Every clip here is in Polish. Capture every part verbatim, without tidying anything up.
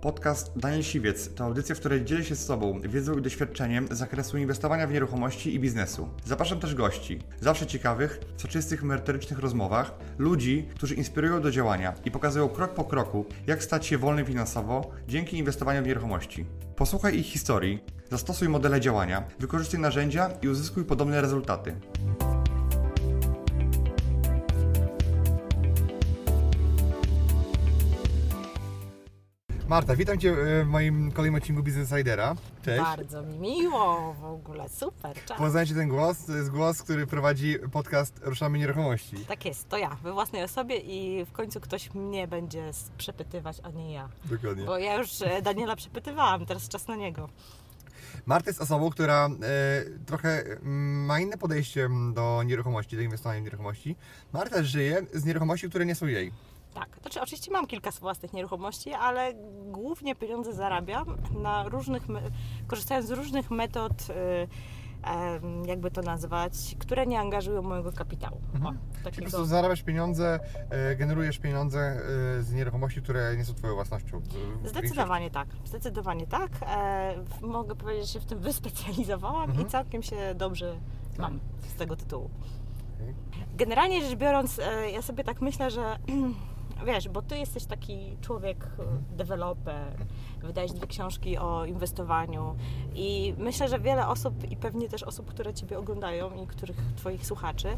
Podcast Daniel Siwiec to audycja, w której dzielę się z Tobą wiedzą i doświadczeniem z zakresu inwestowania w nieruchomości i biznesu. Zapraszam też gości, zawsze ciekawych, w soczystych, merytorycznych rozmowach, ludzi, którzy inspirują do działania i pokazują krok po kroku, jak stać się wolnym finansowo dzięki inwestowaniu w nieruchomości. Posłuchaj ich historii, zastosuj modele działania, wykorzystuj narzędzia i uzyskuj podobne rezultaty. Marta, witam Cię w moim kolejnym odcinku Business Insidera. Cześć. Bardzo mi miło, w ogóle super, cześć. Poznajcie ten głos, to jest głos, który prowadzi podcast Ruszamy Nieruchomości. Tak jest, to ja, we własnej osobie i w końcu ktoś mnie będzie przepytywać, a nie ja. Dokładnie. Bo ja już Daniela przepytywałam, teraz czas na niego. Marta jest osobą, która e, trochę ma inne podejście do nieruchomości, do inwestowania w nieruchomości. Marta żyje z nieruchomości, które nie są jej. Tak, to znaczy oczywiście mam kilka własnych nieruchomości, ale głównie pieniądze zarabiam na różnych, korzystając z różnych metod, jakby to nazwać, które nie angażują mojego kapitału. Mhm. O, takiego... Po prostu zarabiasz pieniądze, generujesz pieniądze z nieruchomości, które nie są Twoją własnością. Zdecydowanie tak, zdecydowanie tak. Mogę powiedzieć, że się w tym wyspecjalizowałam mhm. i całkiem się dobrze mam z tego tytułu. Generalnie rzecz biorąc, ja sobie tak myślę, że wiesz, bo Ty jesteś taki człowiek, deweloper, wydajesz dwie książki o inwestowaniu i myślę, że wiele osób i pewnie też osób, które Ciebie oglądają i których Twoich słuchaczy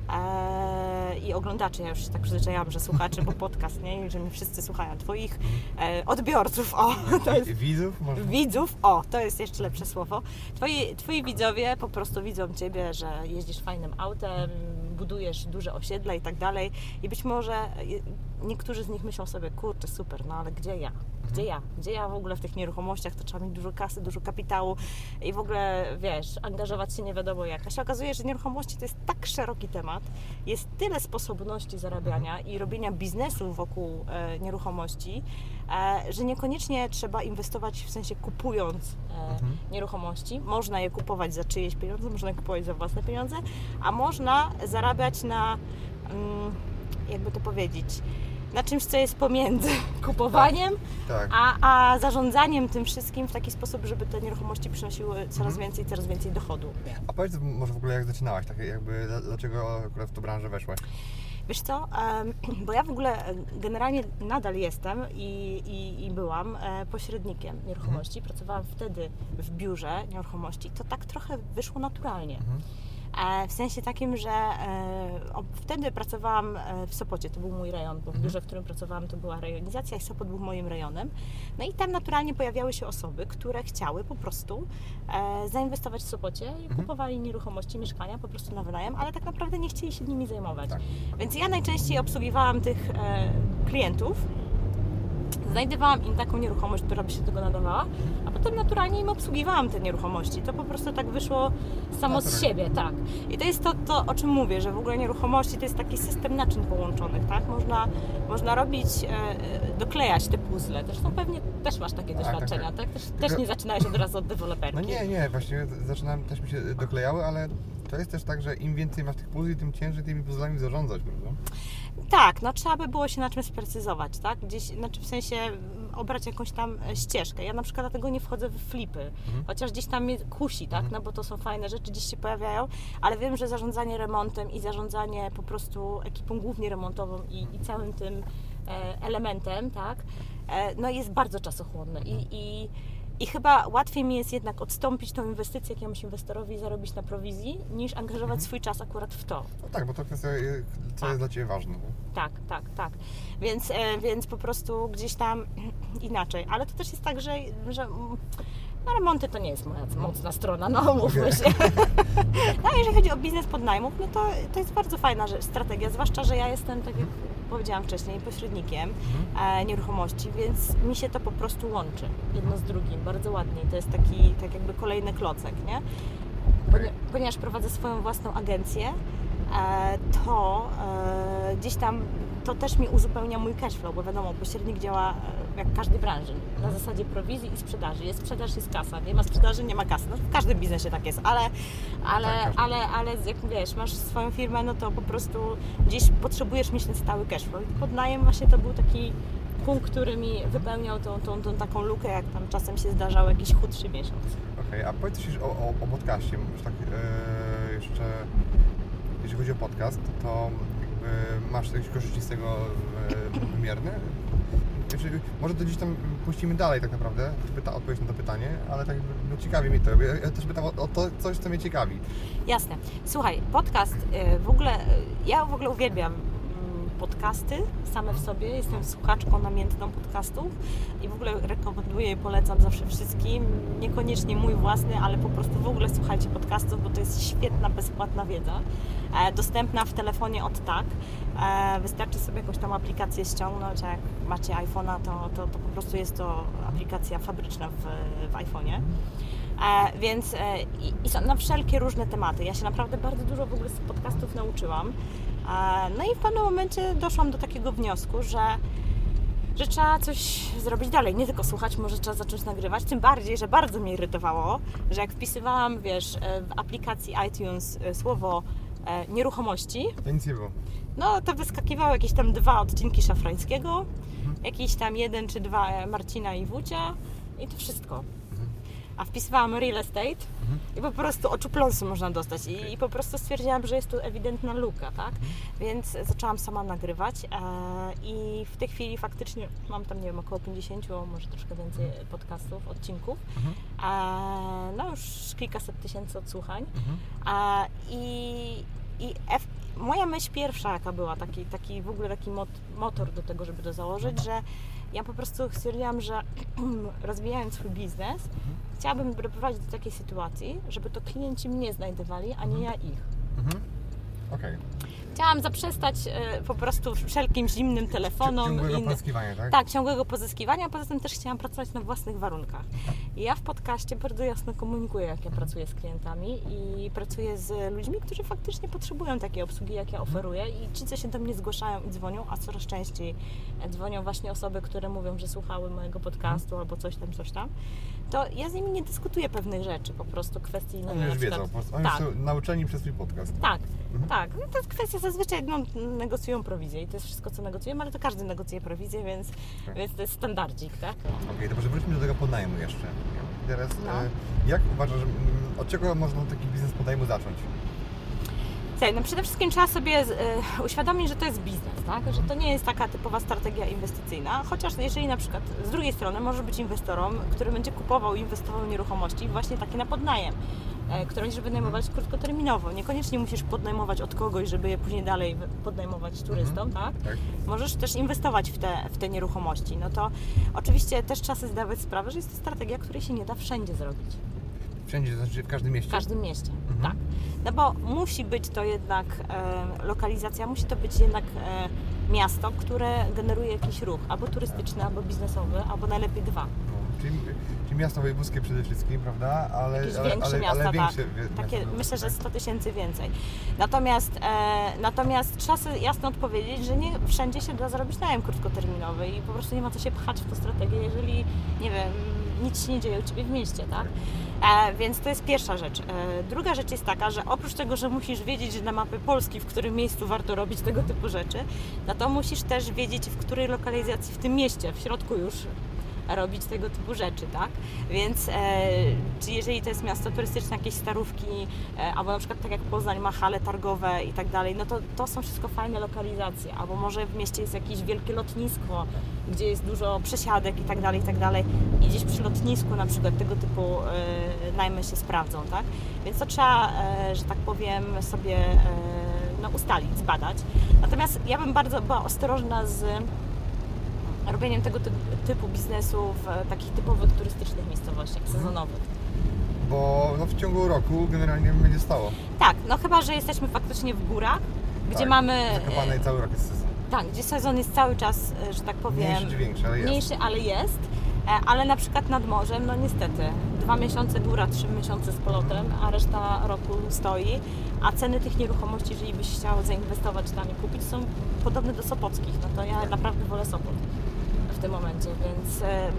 e, i oglądaczy, ja już się tak przyzwyczaiłam, że słuchaczy, bo podcast, nie? I że mi wszyscy słuchają, Twoich e, odbiorców, o! To jest, widzów? Może? Widzów, o! To jest jeszcze lepsze słowo. Twoi, twoi widzowie po prostu widzą Ciebie, że jeździsz fajnym autem, budujesz duże osiedla i tak dalej i być może niektórzy z nich myślą sobie, kurczę, super, no ale gdzie ja? Gdzie ja? Gdzie ja w ogóle w tych nieruchomościach? To trzeba mieć dużo kasy, dużo kapitału i w ogóle, wiesz, angażować się nie wiadomo jak. A się okazuje, że nieruchomości to jest tak szeroki temat, jest tyle sposobności zarabiania i robienia biznesu wokół e, nieruchomości, e, że niekoniecznie trzeba inwestować w sensie kupując e, mhm. nieruchomości. Można je kupować za czyjeś pieniądze, można je kupować za własne pieniądze, a można zarabiać na, mm, jakby to powiedzieć, na czymś, co jest pomiędzy kupowaniem, tak, tak. A, a zarządzaniem tym wszystkim w taki sposób, żeby te nieruchomości przynosiły coraz mhm. więcej, coraz więcej dochodu. A powiedz może w ogóle, jak zaczynałaś, tak jakby, dlaczego akurat w tę branżę weszłaś? Wiesz co, bo ja w ogóle generalnie nadal jestem i, i, i byłam pośrednikiem nieruchomości. Mhm. Pracowałam wtedy w biurze nieruchomości. To tak trochę wyszło naturalnie. Mhm. W sensie takim, że o, wtedy pracowałam w Sopocie, to był mój rejon, bo w biurze, w którym pracowałam, to była rejonizacja i Sopot był moim rejonem. No i tam naturalnie pojawiały się osoby, które chciały po prostu e, zainwestować w Sopocie i mhm. kupowali nieruchomości, mieszkania po prostu na wynajem, ale tak naprawdę nie chcieli się nimi zajmować. Tak. Więc ja najczęściej obsługiwałam tych e, klientów, znajdowałam im taką nieruchomość, która by się do tego nadawała, a potem naturalnie im obsługiwałam te nieruchomości. To po prostu tak wyszło samo z siebie, tak. I to jest to, to, o czym mówię, że w ogóle nieruchomości to jest taki system naczyń połączonych, tak? Można, można robić, e, doklejać te puzzle. Zresztą pewnie też masz takie doświadczenia, tak? tak? tak? Też, też nie zaczynałeś od razu od deweloperki. No nie, nie, właśnie zaczynałem, też mi się doklejały, ale to jest też tak, że im więcej masz tych puzli, tym ciężej tymi puzzlami zarządzać, prawda? Tak, no trzeba by było się na czym sprecyzować, tak? Gdzieś, znaczy w sensie obrać jakąś tam ścieżkę. Ja na przykład dlatego nie wchodzę w flipy, mhm. chociaż gdzieś tam mnie kusi, tak? Mhm. No bo to są fajne rzeczy, gdzieś się pojawiają, ale wiem, że zarządzanie remontem i zarządzanie po prostu ekipą głównie remontową i, i całym tym e, elementem, tak? E, no jest bardzo czasochłonne i, i I chyba łatwiej mi jest jednak odstąpić tą inwestycję jakiemuś inwestorowi i zarobić na prowizji, niż angażować mhm. swój czas akurat w to. No tak, bo to kwestia, co tak. jest dla Ciebie ważne. Nie? Tak, tak, tak. Więc, e, więc po prostu gdzieś tam inaczej. Ale to też jest tak, że, że no, remonty to nie jest moja mocna strona, no mówmy się. No, jeżeli chodzi o biznes podnajmów, no to, to jest bardzo fajna rzecz, strategia, zwłaszcza, że ja jestem, tak jak powiedziałam wcześniej, pośrednikiem mhm. e, nieruchomości, więc mi się to po prostu łączy jedno z drugim, bardzo ładnie. To jest taki, tak jakby kolejny klocek, nie? Ponie, ponieważ prowadzę swoją własną agencję, e, to e, gdzieś tam to też mi uzupełnia mój cashflow, bo wiadomo, pośrednik działa e, jak w każdej branży, na zasadzie prowizji i sprzedaży. Jest sprzedaż, jest kasa, nie ma sprzedaży, nie ma kasy. No, w każdym biznesie tak jest, ale, ale, tak, ale, ale jak wiesz, masz swoją firmę, no to po prostu gdzieś potrzebujesz mieć ten stały cashflow. I podnajem właśnie to był taki punkt, który mi wypełniał tą, tą, tą taką lukę, jak tam czasem się zdarzał jakiś chudszy miesiąc. Okej, okay, a powiedz coś o, o, o podcaście, już tak e, jeszcze, jeśli chodzi o podcast, to jakby masz jakieś korzyści z tego e, wymierne? Znaczy, może to gdzieś tam puścimy dalej tak naprawdę, pyta, odpowiedź na to pytanie, ale tak no, ciekawi mnie to. Ja, ja też pytam o, o to coś, co mnie ciekawi. Jasne. Słuchaj, podcast w ogóle, ja w ogóle uwielbiam podcasty same w sobie. Jestem słuchaczką namiętną podcastów i w ogóle rekomenduję i polecam zawsze wszystkim. Niekoniecznie mój własny, ale po prostu w ogóle słuchajcie podcastów, bo to jest świetna, bezpłatna wiedza. E, dostępna w telefonie od tak. E, wystarczy sobie jakąś tam aplikację ściągnąć, a jak macie iPhone'a, to, to, to po prostu jest to aplikacja fabryczna w, w iPhone'ie. E, więc e, i, i są na wszelkie różne tematy. Ja się naprawdę bardzo dużo w ogóle z podcastów nauczyłam. No i w pewnym momencie doszłam do takiego wniosku, że, że trzeba coś zrobić dalej, nie tylko słuchać, może trzeba zacząć nagrywać, tym bardziej, że bardzo mnie irytowało, że jak wpisywałam, wiesz, w aplikacji iTunes słowo e, nieruchomości, to nic nie było. No to wyskakiwały jakieś tam dwa odcinki Szafrańskiego, mhm. jakiś tam jeden czy dwa Marcina i Wucia i to wszystko. A wpisywałam real estate mhm. i po prostu oczu pląsu można dostać I, i po prostu stwierdziłam, że jest tu ewidentna luka, tak? Mhm. Więc zaczęłam sama nagrywać e, i w tej chwili faktycznie mam tam, nie wiem, około pięćdziesiąt, może troszkę więcej mhm. podcastów, odcinków. Mhm. E, no już kilkaset tysięcy odsłuchań. Mhm. E, I, i F, moja myśl pierwsza jaka była, taki, taki w ogóle taki mot, motor do tego, żeby to założyć, że ja po prostu stwierdziłam, że rozwijając swój biznes, mhm. chciałabym doprowadzić do takiej sytuacji, żeby to klienci mnie znajdowali, a nie ja ich. Mhm. Okej. Chciałam zaprzestać e, po prostu wszelkim zimnym telefonom. Ciągłego i, pozyskiwania, tak? Tak, ciągłego pozyskiwania, poza tym też chciałam pracować na własnych warunkach. I ja w podcaście bardzo jasno komunikuję, jak ja pracuję z klientami i pracuję z ludźmi, którzy faktycznie potrzebują takiej obsługi, jak ja oferuję i ci, co się do mnie zgłaszają i dzwonią, a coraz częściej dzwonią właśnie osoby, które mówią, że słuchały mojego podcastu albo coś tam, coś tam, to ja z nimi nie dyskutuję pewnych rzeczy, po prostu kwestii... Oni już wiedzą, po prostu. Oni tak. już są nauczeni przez swój podcast. Tak, mhm. tak. No to jest kwestia, zazwyczaj no, negocjują prowizję i to jest wszystko, co negocjujemy, ale to każdy negocjuje prowizję, więc, okay. więc to jest standardzik, tak? Okej, okay, to może wróćmy do tego podnajmu jeszcze. I teraz, no. e, jak uważasz, od czego można taki biznes podnajmu zacząć? Słuchaj, no przede wszystkim trzeba sobie y, uświadomić, że to jest biznes, tak? Że to nie jest taka typowa strategia inwestycyjna, chociaż jeżeli na przykład z drugiej strony możesz być inwestorem, który będzie kupował i inwestował w nieruchomości właśnie takie na podnajem, e, które będziesz wynajmować krótkoterminowo. Niekoniecznie musisz podnajmować od kogoś, żeby je później dalej podnajmować turystom, tak? tak? Możesz też inwestować w te, w te nieruchomości. No to oczywiście też trzeba sobie zdawać sprawę, że jest to strategia, której się nie da wszędzie zrobić. Wszędzie, to znaczy w każdym mieście? W każdym mieście, mhm. tak. No bo musi być to jednak e, lokalizacja, musi to być jednak e, miasto, które generuje jakiś ruch, albo turystyczny, albo biznesowy, albo najlepiej dwa. No, czyli, czyli miasto wojewódzkie przede wszystkim, prawda? Ale, Jakieś ale, większe ale, miasta, ale większe tak. miasta, Takie, no, myślę, że tak. sto tysięcy więcej. Natomiast, e, natomiast trzeba sobie jasno odpowiedzieć, że nie wszędzie się da zrobić najem krótkoterminowy i po prostu nie ma co się pchać w tą strategię, jeżeli, nie wiem, nic się nie dzieje u Ciebie w mieście, tak? E, więc to jest pierwsza rzecz. E, druga rzecz jest taka, że oprócz tego, że musisz wiedzieć na mapie Polski, w którym miejscu warto robić tego typu rzeczy, no to musisz też wiedzieć, w której lokalizacji w tym mieście, w środku już robić tego typu rzeczy, tak? Więc e, czy jeżeli to jest miasto turystyczne, jakieś starówki, e, albo na przykład tak jak Poznań ma hale targowe i tak dalej, no to to są wszystko fajne lokalizacje, albo może w mieście jest jakieś wielkie lotnisko, gdzie jest dużo przesiadek i tak dalej, i tak dalej i gdzieś przy lotnisku na przykład tego typu e, najmy się sprawdzą, tak? Więc to trzeba, e, że tak powiem, sobie e, no, ustalić, zbadać. Natomiast ja bym bardzo była ostrożna z robieniem tego typu, typu biznesu w takich typowych turystycznych miejscowościach sezonowych. Bo no, w ciągu roku generalnie będzie stało. Tak, no chyba, że jesteśmy faktycznie w górach, gdzie tak, mamy... Zakopane i cały rok jest sezon. Tak, gdzie sezon jest cały czas, że tak powiem... Mniejszy czy większy, ale jest. Mniejszy, ale jest. Ale na przykład nad morzem, no niestety, dwa miesiące góra, trzy miesiące z polotem, a reszta roku stoi. A ceny tych nieruchomości, jeżeli byś chciał zainwestować tam i kupić, są podobne do sopockich. No to ja naprawdę wolę Sopot w tym momencie, więc bo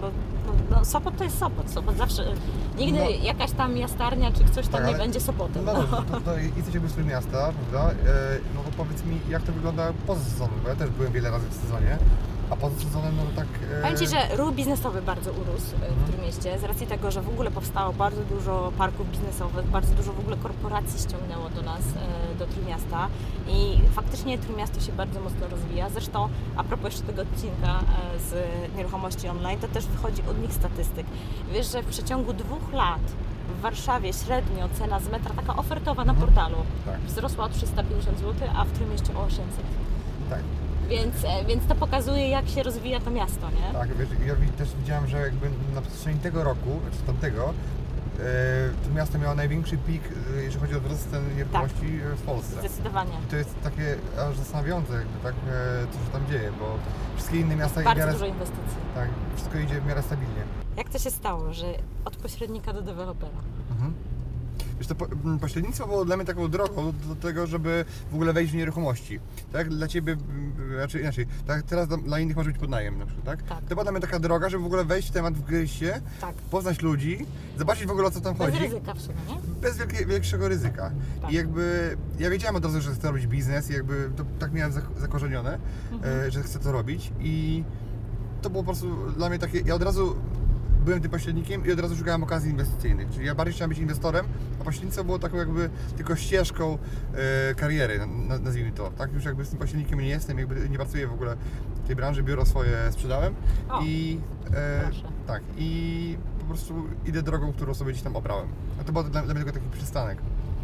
no, no Sopot to jest Sopot, Sopot zawsze, nigdy No. jakaś tam jastarnia czy ktoś tam Tak, nie ale- będzie Sopotem. No dobrze, to, to jesteś jakby z Trójmiasta, prawda? E, no to powiedz mi, jak to wygląda poza sezonem, bo ja też byłem wiele razy w sezonie, a poza sezonem no to tak... E... Powiem Ci, że ruch biznesowy bardzo urósł e, w Trójmieście z racji tego, że w ogóle powstało bardzo dużo parków biznesowych, bardzo dużo w ogóle korporacji ściągnęło do nas, e, do Trójmiasta i faktycznie Trójmiasto się bardzo mocno rozwija. Zresztą a propos jeszcze tego odcinka e, z nieruchomości online, to też wychodzi od nich statystyk. Wiesz, że w przeciągu dwóch lat w Warszawie średnio cena z metra, taka ofertowa na Mhm. portalu, Tak. wzrosła o trzysta pięćdziesiąt złotych, a w Trójmieście o osiemset. Tak, Więc, e, więc to pokazuje, jak się rozwija to miasto, nie? tak, wiesz, ja wi- też widziałem, że jakby na przestrzeni tego roku, czy tamtego, e, to miasto miało największy pik, e, jeśli chodzi o wzrost cen nieruchomości e, w Polsce. Zdecydowanie. I to jest takie aż zastanawiające, jakby tak, e, co się tam dzieje, bo wszystkie inne miasta w Bardzo miarę, dużo inwestycji. tak, wszystko idzie w miarę stabilnie. Jak to się stało, że od pośrednika do dewelopera? Mhm. Wiesz, to po, m, pośrednictwo było dla mnie taką drogą do tego, żeby w ogóle wejść w nieruchomości. Tak dla Ciebie, m, znaczy inaczej, tak teraz dla, dla innych może być podnajem na przykład, tak? Tak. To była dla mnie taka droga, żeby w ogóle wejść w temat, wgryźć się, Tak. poznać ludzi, zobaczyć w ogóle o co tam Bez chodzi. ryzyka w sumie, nie? Bez wielkie, większego ryzyka. Tak. I jakby ja wiedziałem od razu, że chcę robić biznes i jakby to, tak miałem zak- zakorzenione, Mhm. e, że chcę to robić i to było po prostu dla mnie takie, ja od razu byłem tym pośrednikiem i od razu szukałem okazji inwestycyjnych, czyli ja bardziej chciałem być inwestorem, a pośrednictwo było taką jakby tylko ścieżką e, kariery, na, nazwijmy to, tak? Już jakby z tym pośrednikiem nie jestem, jakby nie pracuję w ogóle w tej branży, biuro swoje sprzedałem O, i e, proszę. tak, i po prostu idę drogą, którą sobie gdzieś tam obrałem. A to był dla, dla mnie tylko taki przystanek.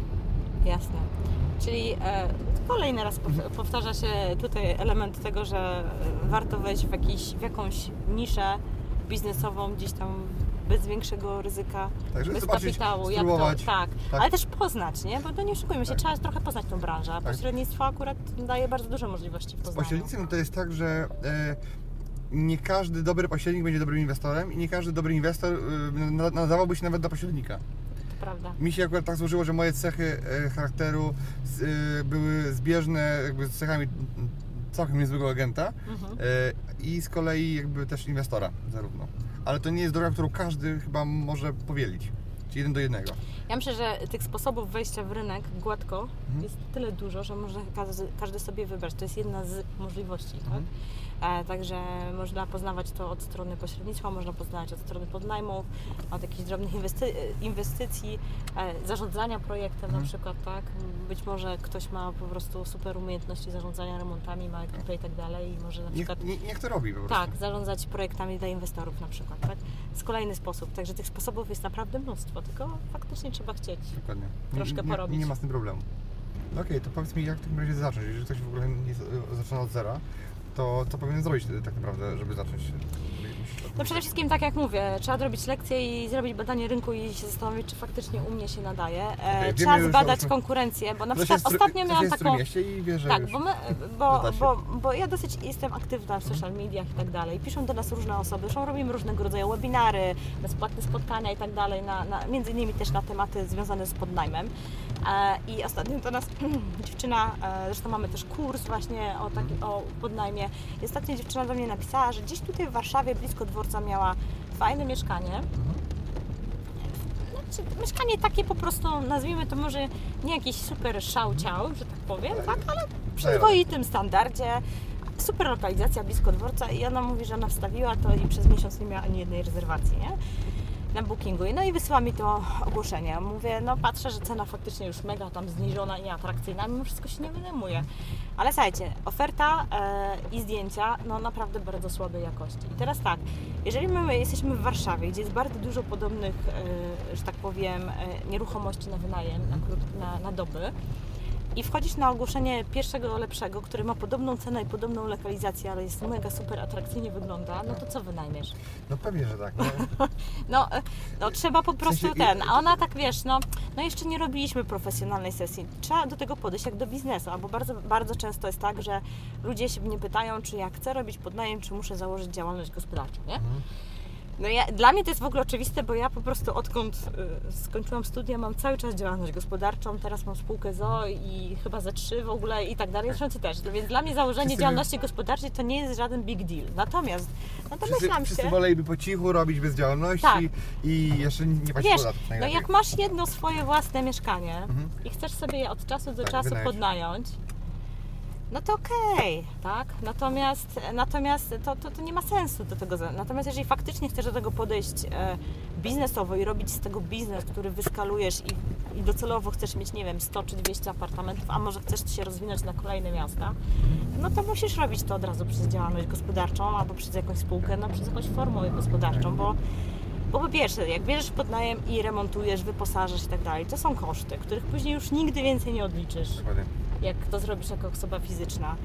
Jasne. Czyli e, kolejny raz pow- powtarza się tutaj element tego, że e, warto wejść w, jakiś, w jakąś niszę biznesową, gdzieś tam bez większego ryzyka, Tak, żeby bez zobaczyć, kapitału, jak to, spróbować. tak. Tak. Ale też poznać, nie? Bo to nie oszukujmy się, Tak. trzeba trochę poznać tą branżę, a Tak. pośrednictwo akurat daje bardzo duże możliwości w Z poznaniu. pośrednictwem to jest tak, że e, nie każdy dobry pośrednik będzie dobrym inwestorem i nie każdy dobry inwestor e, na- nadawałby się nawet do pośrednika. To prawda. Mi się akurat tak złożyło, że moje cechy e, charakteru z, e, były zbieżne jakby z cechami całkiem niezłego agenta Mhm. e, i z kolei jakby też inwestora zarówno. Ale to nie jest droga, którą każdy chyba może powielić. Czyli jeden do jednego. Ja myślę, że tych sposobów wejścia w rynek gładko Mhm. jest tyle dużo, że może każdy, każdy sobie wybrać. To jest jedna z możliwości, tak? Mhm. E, także można poznawać to od strony pośrednictwa, można poznawać od strony podnajmów, od jakichś drobnych inwesty- inwestycji, e, zarządzania projektem Mhm. na przykład, tak? Być może ktoś ma po prostu super umiejętności zarządzania remontami, ma ekipę i tak dalej i może na Niech, przykład nie, niech to robi po prostu. tak, zarządzać projektami dla inwestorów na przykład, tak? Z kolejny sposób. Także tych sposobów jest naprawdę mnóstwo, tylko faktycznie trzeba chcieć. Dokładnie. Troszkę nie, porobić. Nie, nie ma z tym problemu. No okej, to powiedz mi, jak w takim razie zacząć? Jeżeli ktoś w ogóle nie z- zaczyna od zera, to co powinien zrobić tak naprawdę, żeby zacząć? No przede wszystkim, tak jak mówię, trzeba zrobić lekcję i zrobić badanie rynku i się zastanowić, czy faktycznie u mnie się nadaje. E, wiemy trzeba już, zbadać że- konkurencję, bo na Ktoś przykład jest w- ostatnio ktoś miałam jest w taką... Trójmieście i wie, że Tak, już bo, my, bo, nada się. bo, bo ja dosyć jestem aktywna w social mediach i tak dalej. Piszą do nas różne osoby, zresztą robimy różnego rodzaju webinary, bezpłatne spotkania i tak dalej, na, na, między innymi też na tematy związane z podnajmem. E, I ostatnio do nas dziewczyna, e, zresztą mamy też kurs właśnie o, taki, o podnajmie. I ostatnio dziewczyna do mnie napisała, że gdzieś tutaj w Warszawie, blisko dworca, miała fajne mieszkanie. Znaczy, mieszkanie takie po prostu, nazwijmy to może nie jakiś super szał-ciał, że tak powiem, tak, ale w przyzwoitym standardzie. Super lokalizacja, blisko dworca i ona mówi, że ona wstawiła to i przez miesiąc nie miała ani jednej rezerwacji, nie? Na bookingu. No i wysyła mi to ogłoszenie. Mówię, no patrzę, że cena faktycznie już mega tam zniżona i nieatrakcyjna, mimo wszystko się nie wynajmuje. Ale słuchajcie, oferta e, i zdjęcia, no naprawdę bardzo słabej jakości. I teraz tak, jeżeli my jesteśmy w Warszawie, gdzie jest bardzo dużo podobnych, e, że tak powiem, e, nieruchomości na wynajem, na, krót- na, na doby, i wchodzisz na ogłoszenie pierwszego lepszego, który ma podobną cenę i podobną lokalizację, ale jest mega super atrakcyjnie wygląda, no to co wynajmiesz? No pewnie, że tak. No. No, e, no trzeba po prostu sensie, ten, i- a ona tak wiesz, no, no jeszcze nie robiliśmy profesjonalnej sesji. Trzeba do tego podejść jak do biznesu, albo bardzo, bardzo często jest tak, że ludzie się mnie pytają, czy ja chcę robić podnajem, czy muszę założyć działalność gospodarczą, nie? Mhm. No ja, dla mnie to jest w ogóle oczywiste, bo ja po prostu odkąd y, skończyłam studia, mam cały czas działalność gospodarczą, teraz mam spółkę z o o i chyba ze trzy w ogóle i tak dalej, zresztą ty też. Więc dla mnie założenie Wszyscy działalności gospodarczej to nie jest żaden big deal. Natomiast, no to Wszyscy, myślałam wszyscy się... woleliby po cichu robić bez działalności Tak. i jeszcze nie płacić Wiesz, podatków no najlepiej. jak masz jedno swoje własne mieszkanie Mhm. i chcesz sobie je od czasu do Tak, czasu wynająć. podnająć, no to okej, tak? Natomiast, natomiast to, to, to nie ma sensu do tego. Natomiast jeżeli faktycznie chcesz do tego podejść e, biznesowo i robić z tego biznes, który wyskalujesz i, i docelowo chcesz mieć, nie wiem, sto czy dwieście apartamentów, a może chcesz się rozwinąć na kolejne miasta, no to musisz robić to od razu przez działalność gospodarczą albo przez jakąś spółkę, no przez jakąś formę gospodarczą, bo Bo po pierwsze, jak bierzesz pod najem i remontujesz, wyposażasz i tak dalej, to są koszty, których później już nigdy więcej nie odliczysz, Dokładnie. jak to zrobisz jako osoba fizyczna.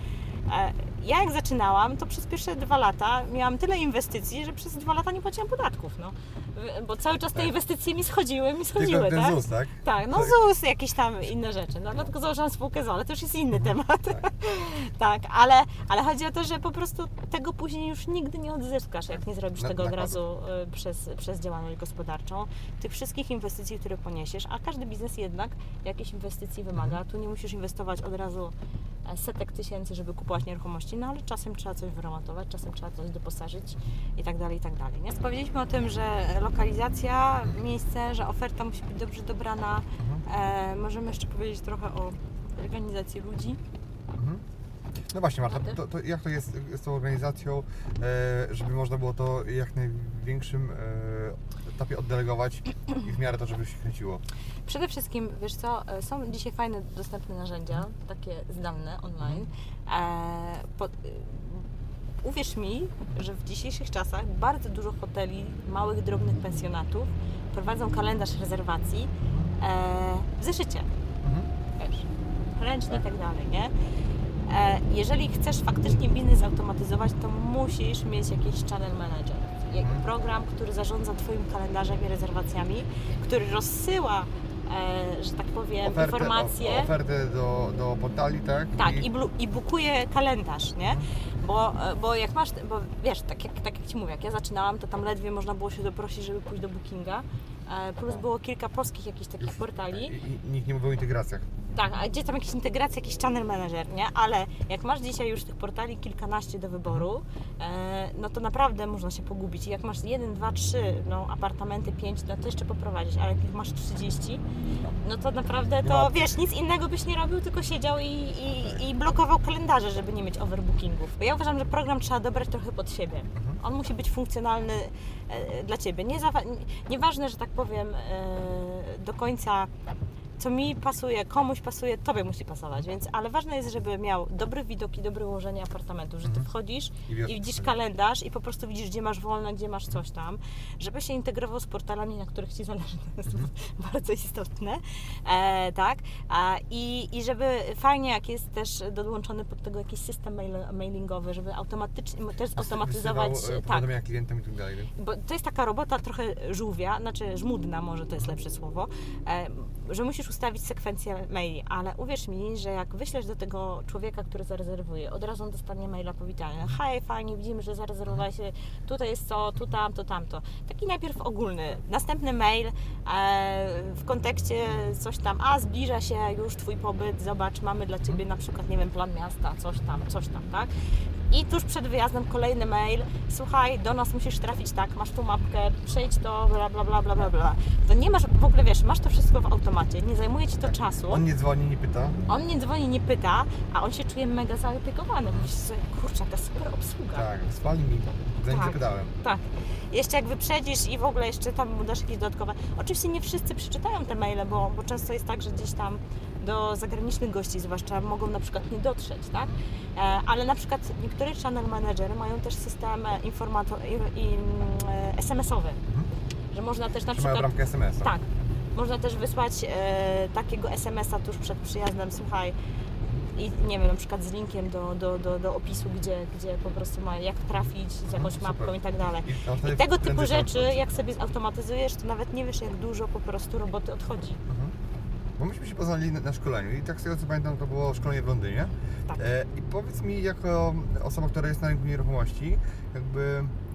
Ja jak zaczynałam, to przez pierwsze dwa lata miałam tyle inwestycji, że przez dwa lata nie płaciłam podatków, no. Bo cały czas te Tak. inwestycje mi schodziły, mi schodziły, Tylko ten tak? Z U S, tak? Tak, no Tak. Z U S, jakieś tam inne rzeczy. No dlatego założyłam spółkę z o o, ale to już jest inny temat. Tak. Tak, ale, ale chodzi o to, że po prostu tego później już nigdy nie odzyskasz, jak nie zrobisz Na- tego od nakładów. razu y, przez, przez działalność gospodarczą. Tych wszystkich inwestycji, które poniesiesz, a każdy biznes jednak jakiejś inwestycji wymaga. Tu nie musisz inwestować od razu e, setek tysięcy, żeby kupować nieruchomości, no ale czasem trzeba coś wyremontować, czasem trzeba coś doposażyć i tak dalej, i tak dalej. Nie? Powiedzieliśmy o tym, że lokalizacja, miejsce, że oferta musi być dobrze dobrana. E, możemy jeszcze powiedzieć trochę o organizacji ludzi. Mhm. No właśnie Marta, A ty? to, to jak to jest z tą organizacją, e, żeby można było to jak największym e, etapie oddelegować i w miarę to, żeby się kręciło? Przede wszystkim, wiesz co, e, są dzisiaj fajne, dostępne narzędzia, takie zdalne, online. E, po, e, uwierz mi, że w dzisiejszych czasach bardzo dużo hoteli, małych, drobnych pensjonatów prowadzą kalendarz rezerwacji e, w zeszycie, Mhm. wiesz, ręcznie i tak dalej, nie? E, jeżeli chcesz faktycznie biznes zautomatyzować, to musisz mieć jakiś channel manager, jak Mhm. program, który zarządza Twoim kalendarzem i rezerwacjami, który rozsyła, e, że tak powiem, Ofertę, informacje. o, ofertę do, do portali, tak? Tak, i, blu, i bukuje kalendarz, nie? Bo, bo jak masz, bo wiesz, tak jak, tak jak Ci mówię, jak ja zaczynałam, to tam ledwie można było się doprosić, żeby pójść do Bookinga, e, plus było kilka polskich jakichś takich portali. I, i nikt nie mówił o integracjach. Tak, a gdzie tam jakieś integracje, jakiś channel manager, nie? Ale jak masz dzisiaj już tych portali kilkanaście do wyboru, e, no to naprawdę można się pogubić. I jak masz jeden, dwa, trzy, no apartamenty, pięć, no to jeszcze poprowadzić, ale jak ich masz trzydzieści, no to naprawdę to, No. wiesz, nic innego byś nie robił, tylko siedział i, i, i blokował kalendarze, żeby nie mieć overbookingów. Bo ja uważam, że program trzeba dobrać trochę pod siebie. On musi być funkcjonalny e, dla Ciebie. Nie zawa- nie- nieważne, że tak powiem, e, do końca co mi pasuje, komuś pasuje, tobie musi pasować, więc, ale ważne jest, żeby miał dobry widok i dobre ułożenie apartamentu, że ty wchodzisz I wiesz, i widzisz co- kalendarz i po prostu widzisz, gdzie masz wolne, gdzie masz coś tam, żeby się integrował z portalami, na których ci zależy, to jest bardzo istotne, e, tak, A, i, i żeby fajnie, jak jest też dołączony pod tego jakiś system mail, mailingowy, żeby automatycznie, też automatyzować, Wysyłał, e, tak, powiadomienia klientom i tak dalej. nie? bo to jest taka robota trochę żółwia, znaczy żmudna może to jest lepsze słowo, e, że musisz ustawić sekwencję maili, ale uwierz mi, że jak wyślesz do tego człowieka, który zarezerwuje, od razu on dostanie maila powitalnego. Hej, fajnie, widzimy, że zarezerwowałeś się, tutaj jest to, tu tamto, tamto. Taki najpierw ogólny. Następny mail e, w kontekście coś tam, a zbliża się już Twój pobyt, zobacz, mamy dla Ciebie na przykład, nie wiem, plan miasta, coś tam, coś tam, tak? I tuż przed wyjazdem kolejny mail, słuchaj, do nas musisz trafić tak, masz tu mapkę, przejdź to, bla, bla, bla, bla, bla, bla. To nie masz, w ogóle wiesz, masz to wszystko w automacie, nie zajmuje Ci to czasu. On nie dzwoni, nie pyta. On nie dzwoni, nie pyta, a on się czuje mega zaopiekowany. Myślisz sobie, kurczę, jaka super obsługa. Tak, spali mi, zanim Tak. zapytałem. Tak. Jeszcze jak wyprzedzisz i w ogóle jeszcze tam mu dasz jakieś dodatkowe... Oczywiście nie wszyscy przeczytają te maile, bo, bo często jest tak, że gdzieś tam do zagranicznych gości zwłaszcza mogą na przykład nie dotrzeć, tak? E, ale na przykład niektóre channel managery mają też system informato- i, i, e, es em esowy, że można też na Czy mają przykład... bramkę es em es a? Tak. Można też wysłać e, takiego es em es a tuż przed przyjazdem, słuchaj, i nie wiem, na przykład z linkiem do, do, do, do opisu, gdzie, gdzie po prostu ma jak trafić, z jakąś Super. mapką i tak dalej. I, on wtedy I tego typu prędzej rzeczy, zobaczy. jak sobie zautomatyzujesz, to nawet nie wiesz, jak dużo po prostu roboty odchodzi. Mhm. Bo myśmy się poznali na, na szkoleniu i tak z tego co pamiętam, to było szkolenie w Londynie. Tak. E, I powiedz mi, jako osoba, która jest na rynku nieruchomości, jakby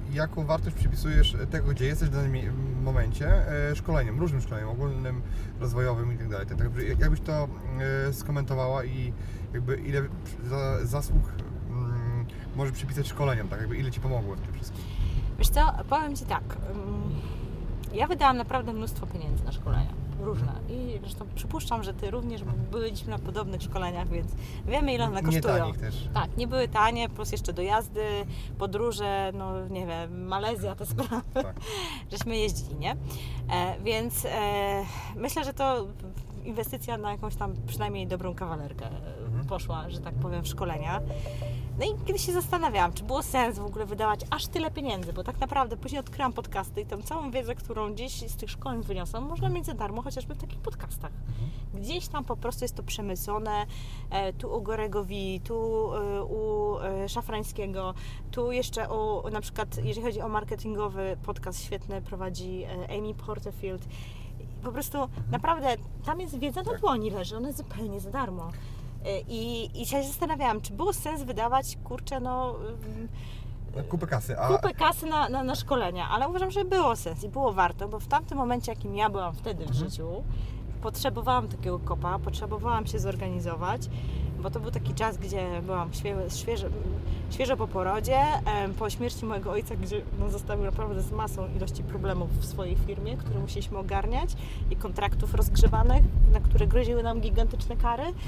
jaką wartość przypisujesz tego, gdzie jesteś w danym mi- momencie, e, szkoleniem, różnym szkoleniem, ogólnym, rozwojowym i tak dalej. Tak jakby- jakbyś to e, skomentowała i jakby ile za, zasług mm, może przypisać szkoleniom, tak jakby ile Ci pomogło w tym wszystkim? Wiesz co, powiem Ci tak, ym, ja wydałam naprawdę mnóstwo pieniędzy na szkolenia, różne i zresztą przypuszczam, że Ty również, bo byliśmy na podobnych szkoleniach, więc wiemy ile one Nie kosztują. tanich też. Tak, nie były tanie, plus jeszcze dojazdy, podróże, no nie wiem, Malezja, te sprawy, Tak. żeśmy jeździli, nie? E, więc e, myślę, że to inwestycja na jakąś tam przynajmniej dobrą kawalerkę Mhm. poszła, że tak powiem, w szkolenia. No i kiedyś się zastanawiałam, czy było sens w ogóle wydawać aż tyle pieniędzy, bo tak naprawdę później odkryłam podcasty i tą całą wiedzę, którą gdzieś z tych szkoleń wyniosłam, można mieć za darmo, chociażby w takich podcastach. Gdzieś tam po prostu jest to przemyślone, e, tu u Goregowi, tu e, u e, Szafrańskiego, tu jeszcze u, na przykład, jeżeli chodzi o marketingowy podcast świetny prowadzi e, Amy Porterfield. Po prostu naprawdę tam jest wiedza na dłoni leży, ona jest zupełnie za darmo. I, I się zastanawiałam, czy było sens wydawać, kurczę, no, Kupę kasy, a kupę kasy na, na, na szkolenia, ale uważam, że było sens i było warto, bo w tamtym momencie, jakim ja byłam wtedy w Mhm. życiu, potrzebowałam takiego kopa, potrzebowałam się zorganizować, bo to był taki czas, gdzie byłam świe, świeżo, świeżo po porodzie, em, po śmierci mojego ojca, gdzie no, zostawił naprawdę z masą ilości problemów w swojej firmie, które musieliśmy ogarniać i kontraktów rozgrzewanych, na które groziły nam gigantyczne kary. E,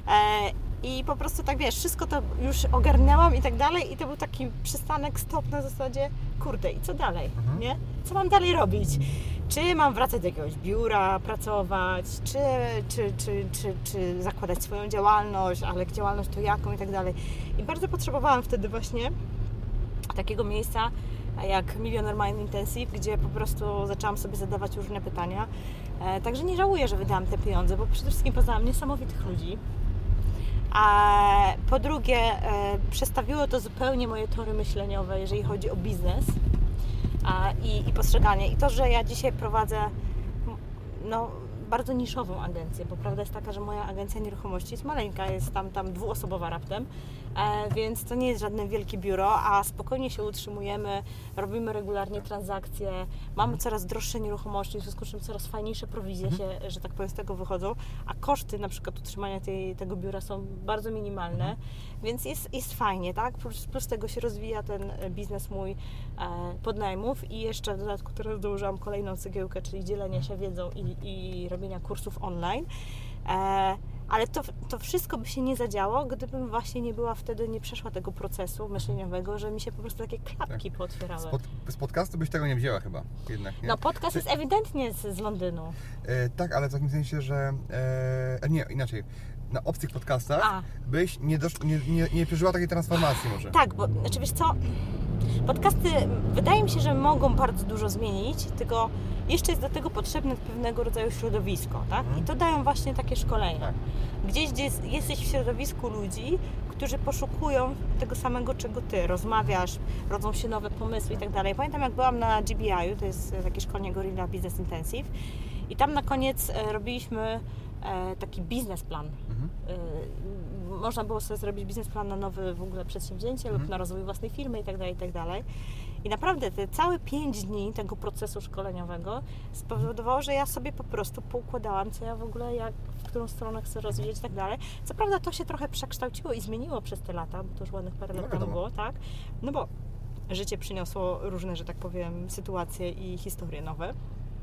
I po prostu tak wiesz, wszystko to już ogarniałam i tak dalej i to był taki przystanek, stop na zasadzie, kurde i co dalej, Mhm. nie? Co mam dalej robić? Czy mam wracać do jakiegoś biura, pracować, czy, czy, czy, czy, czy zakładać swoją działalność, ale działalność to jaką i tak dalej. I bardzo potrzebowałam wtedy właśnie takiego miejsca jak Millionaire Mind Intensive, gdzie po prostu zaczęłam sobie zadawać różne pytania. E, także nie żałuję, że wydałam te pieniądze, bo przede wszystkim poznałam niesamowitych ludzi. A po drugie, e, przestawiło to zupełnie moje tory myśleniowe, jeżeli chodzi o biznes a, i, i postrzeganie. I to, że ja dzisiaj prowadzę no, bardzo niszową agencję, bo prawda jest taka, że moja agencja nieruchomości jest maleńka, jest tam, tam dwuosobowa raptem, e, więc to nie jest żadne wielkie biuro, a spokojnie się utrzymujemy, robimy regularnie transakcje, mamy coraz droższe nieruchomości, w związku z czym coraz fajniejsze prowizje się, że tak powiem, z tego wychodzą, a koszty na przykład utrzymania tej, tego biura są bardzo minimalne, więc jest, jest fajnie, tak? Plus, plus tego się rozwija ten biznes mój e, podnajmów i jeszcze w dodatku teraz dołożyłam kolejną cegiełkę, czyli dzielenie się wiedzą i, i robienia kursów online. E, ale to, to wszystko by się nie zadziało, gdybym właśnie nie była wtedy, nie przeszła tego procesu myśleniowego, że mi się po prostu takie klapki Tak. pootwierały. z, pod, z podcastu byś tego nie wzięła chyba jednak, nie? No podcast Czy- jest ewidentnie z, z Londynu. E, tak, ale w takim sensie, że e, nie, inaczej, na obcych podcastach A. byś nie, dosz, nie, nie, nie przeżyła takiej transformacji może. Tak, bo znaczy wiesz co, podcasty wydaje mi się, że mogą bardzo dużo zmienić, tylko jeszcze jest do tego potrzebne pewnego rodzaju środowisko, tak? Mhm. I to dają właśnie takie szkolenia. Tak. Gdzieś, gdzie jest- jesteś w środowisku ludzi, którzy poszukują tego samego, czego ty. Rozmawiasz, rodzą się nowe pomysły i tak dalej. Pamiętam, jak byłam na G B I u, to jest takie szkolenie Gorilla Business Intensive i tam na koniec e, robiliśmy e, taki biznesplan. Mhm. Y, można było sobie zrobić biznesplan na nowe w ogóle przedsięwzięcie Mhm. lub na rozwój własnej firmy i tak dalej, i tak dalej. I naprawdę te całe pięć dni tego procesu szkoleniowego spowodowało, że ja sobie po prostu poukładałam, co ja w ogóle, jak, w którą stronę chcę rozwijać i tak dalej. Co prawda to się trochę przekształciło i zmieniło przez te lata, bo to już ładnych parę No lat temu wiadomo. było, tak? No bo życie przyniosło różne, że tak powiem, sytuacje i historie nowe.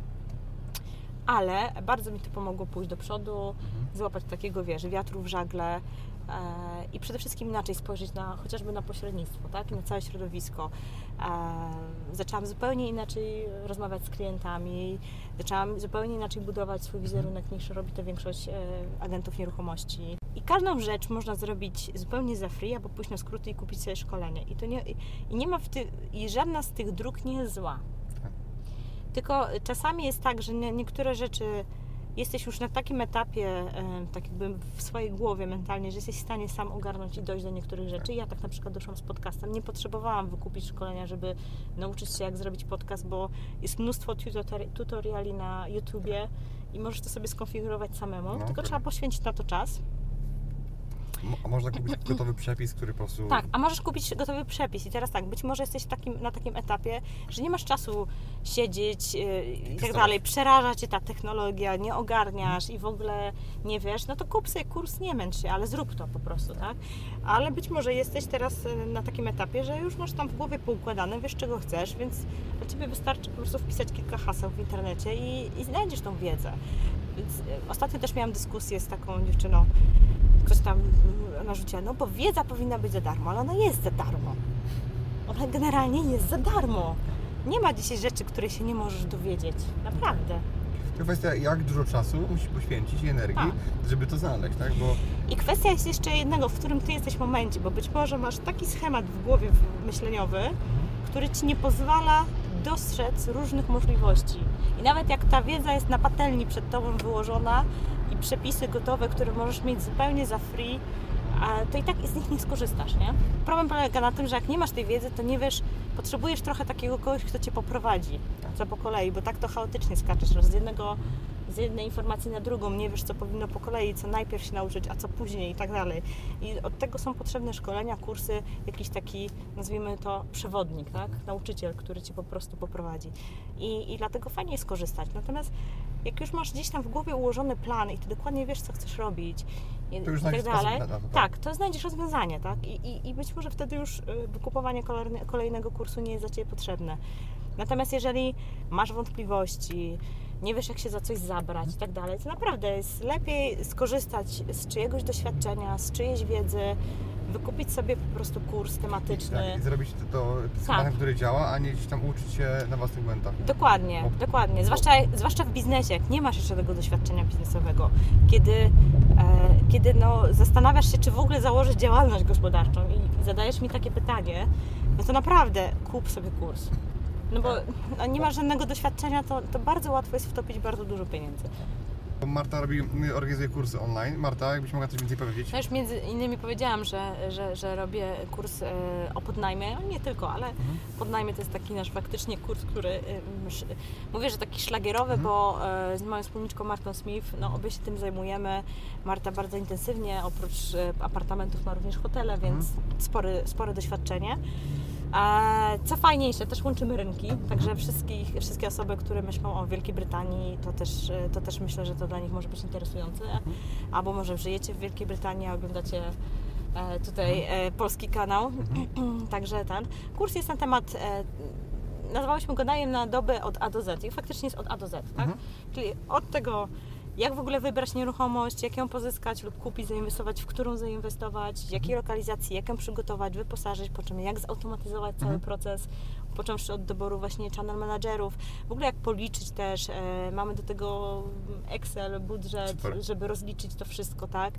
Ale bardzo mi to pomogło pójść do przodu, złapać takiego, wiesz, wiatru w żagle e, i przede wszystkim inaczej spojrzeć na, chociażby na pośrednictwo, tak? I na całe środowisko. E, zaczęłam zupełnie inaczej rozmawiać z klientami, zaczęłam zupełnie inaczej budować swój wizerunek niż robi to większość e, agentów nieruchomości. I każdą rzecz można zrobić zupełnie za free, albo pójść na skróty i kupić sobie szkolenie. I, to nie, i nie ma w ty, i żadna z tych dróg nie jest zła. Tylko czasami jest tak, że nie, niektóre rzeczy jesteś już na takim etapie, e, tak jakby w swojej głowie mentalnie, że jesteś w stanie sam ogarnąć i dojść do niektórych rzeczy. Ja tak na przykład doszłam z podcastem. Nie potrzebowałam wykupić szkolenia, żeby nauczyć się, jak zrobić podcast, bo jest mnóstwo tutori- tutoriali na YouTubie i możesz to sobie skonfigurować samemu, No, tylko tak. trzeba poświęcić na to czas. A można kupić gotowy przepis, który po prostu... Tak, a możesz kupić gotowy przepis i teraz tak, być może jesteś takim, na takim etapie, że nie masz czasu siedzieć yy, i tak dalej, przeraża Cię ta technologia, nie ogarniasz i w ogóle nie wiesz, no to kup sobie kurs, nie męcz się, ale zrób to po prostu, tak? Ale być może jesteś teraz na takim etapie, że już masz tam w głowie poukładane, wiesz czego chcesz, więc dla Ciebie wystarczy po prostu wpisać kilka haseł w internecie i, i znajdziesz tą wiedzę. Więc ostatnio też miałam dyskusję z taką dziewczyną, ktoś tam narzuciła, no bo wiedza powinna być za darmo, ale ona jest za darmo. Ona generalnie jest za darmo. Nie ma dzisiaj rzeczy, których się nie możesz dowiedzieć. Naprawdę. To kwestia, jak dużo czasu musisz poświęcić i energii, tak. żeby to znaleźć, tak? Bo... I kwestia jest jeszcze jednego, w którym Ty jesteś momencie, bo być może masz taki schemat w głowie myśleniowy, który Ci nie pozwala dostrzec różnych możliwości. I nawet jak ta wiedza jest na patelni przed Tobą wyłożona i przepisy gotowe, które możesz mieć zupełnie za free, to i tak z nich nie skorzystasz, nie? Problem polega na tym, że jak nie masz tej wiedzy, to nie wiesz, potrzebujesz trochę takiego kogoś, kto Cię poprowadzi, co po kolei, bo tak to chaotycznie skaczesz, z jednego, z jednej informacji na drugą, nie wiesz, co powinno po kolei, co najpierw się nauczyć, a co później i tak dalej. I od tego są potrzebne szkolenia, kursy, jakiś taki, nazwijmy to, przewodnik, tak? Nauczyciel, który Cię po prostu poprowadzi. I, i dlatego fajnie jest korzystać. Natomiast jak już masz gdzieś tam w głowie ułożony plan i Ty dokładnie wiesz, co chcesz robić i, to już i tak dalej, na to, tak? tak, to znajdziesz rozwiązanie, tak? I, i, i być może wtedy już wykupowanie kolejnego kursu nie jest za Ciebie potrzebne. Natomiast jeżeli masz wątpliwości, nie wiesz, jak się za coś zabrać i tak dalej, to naprawdę jest lepiej skorzystać z czyjegoś doświadczenia, z czyjejś wiedzy, wykupić sobie po prostu kurs tematyczny. Tak, i zrobić to, to schematem, tak. który działa, a nie gdzieś tam uczyć się na własnych błędach. Dokładnie, Bo, dokładnie. Zwłaszcza, bo... zwłaszcza w biznesie, jak nie masz jeszcze tego doświadczenia biznesowego, kiedy, e, kiedy no, zastanawiasz się, czy w ogóle założyć działalność gospodarczą i, i zadajesz mi takie pytanie, no to naprawdę kup sobie kurs. No bo no, nie masz żadnego doświadczenia, to, to bardzo łatwo jest wtopić bardzo dużo pieniędzy. Marta robi, organizuje kursy online. Marta, jakbyś mogła coś więcej powiedzieć? No już między innymi powiedziałam, że, że, że robię kurs e, o podnajmie, no nie tylko, ale mhm. podnajmie to jest taki nasz faktycznie kurs, który e, sz, mówię, że taki szlagierowy, mhm. bo e, z moją wspólniczką Martą Smith, no obie się tym zajmujemy. Marta bardzo intensywnie, oprócz e, apartamentów ma również hotele, więc mhm. spory, spore doświadczenie. Co fajniejsze, też łączymy rynki, także wszystkich, wszystkie osoby, które myślą o Wielkiej Brytanii, to też, to też myślę, że to dla nich może być interesujące. Albo może żyjecie w Wielkiej Brytanii, a oglądacie tutaj polski kanał. Także ten kurs jest na temat, nazwałyśmy go najem na dobę od A do Z i faktycznie jest od A do Z, tak? Czyli od tego, jak w ogóle wybrać nieruchomość, jak ją pozyskać lub kupić, zainwestować, w którą zainwestować, w jakiej lokalizacji, jak ją przygotować, wyposażyć, po czym jak zautomatyzować cały mhm. proces, począwszy od doboru właśnie channel managerów, w ogóle jak policzyć też, e, mamy do tego Excel, budżet, Super. żeby rozliczyć to wszystko, tak?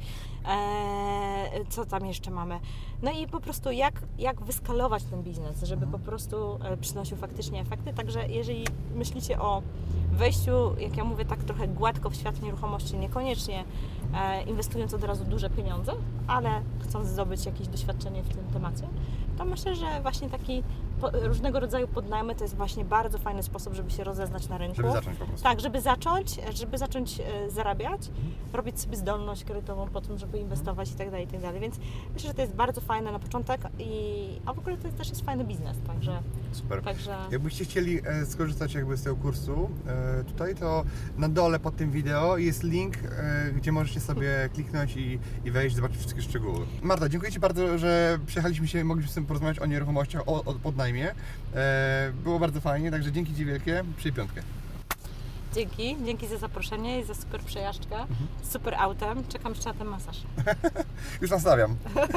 E, co tam jeszcze mamy? No i po prostu jak, jak wyskalować ten biznes, żeby mhm. po prostu e, przynosił faktycznie efekty, także jeżeli myślicie o wejściu, jak ja mówię, tak trochę gładko w świat nieruchomości, niekoniecznie e, inwestując od razu duże pieniądze, ale chcąc zdobyć jakieś doświadczenie w tym temacie, to myślę, że właśnie taki po, różnego rodzaju podnajmy to jest właśnie bardzo fajny sposób, żeby się rozeznać na rynku. Żeby zacząć po prostu. Tak, żeby zacząć, żeby zacząć e, zarabiać, mhm. robić sobie zdolność kredytową po tym, żeby inwestować i tak dalej, i tak dalej. Więc myślę, że to jest bardzo fajne na początek, i, a w ogóle to jest, też jest fajny biznes, także... Super. Także... Jakbyście chcieli e, skorzystać jakby z tego kursu e, tutaj, to na dole pod tym wideo jest link, e, gdzie możecie sobie kliknąć i, i wejść, zobaczyć wszystkie szczegóły. Marta, dziękuję Ci bardzo, że przyjechaliśmy się, mogliśmy sobie porozmawiać o nieruchomościach, o, o podnajmie. E, było bardzo fajnie, także dzięki Ci wielkie, przyj piątkę. Dzięki, dzięki za zaproszenie i za super przejażdżkę, mhm. super autem. Czekam jeszcze na ten masaż. Już nastawiam.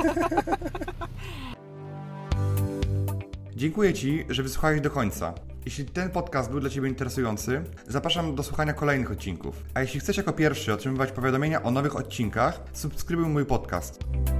Dziękuję Ci, że wysłuchałeś do końca. Jeśli ten podcast był dla Ciebie interesujący, zapraszam do słuchania kolejnych odcinków. A jeśli chcesz jako pierwszy otrzymywać powiadomienia o nowych odcinkach, subskrybuj mój podcast.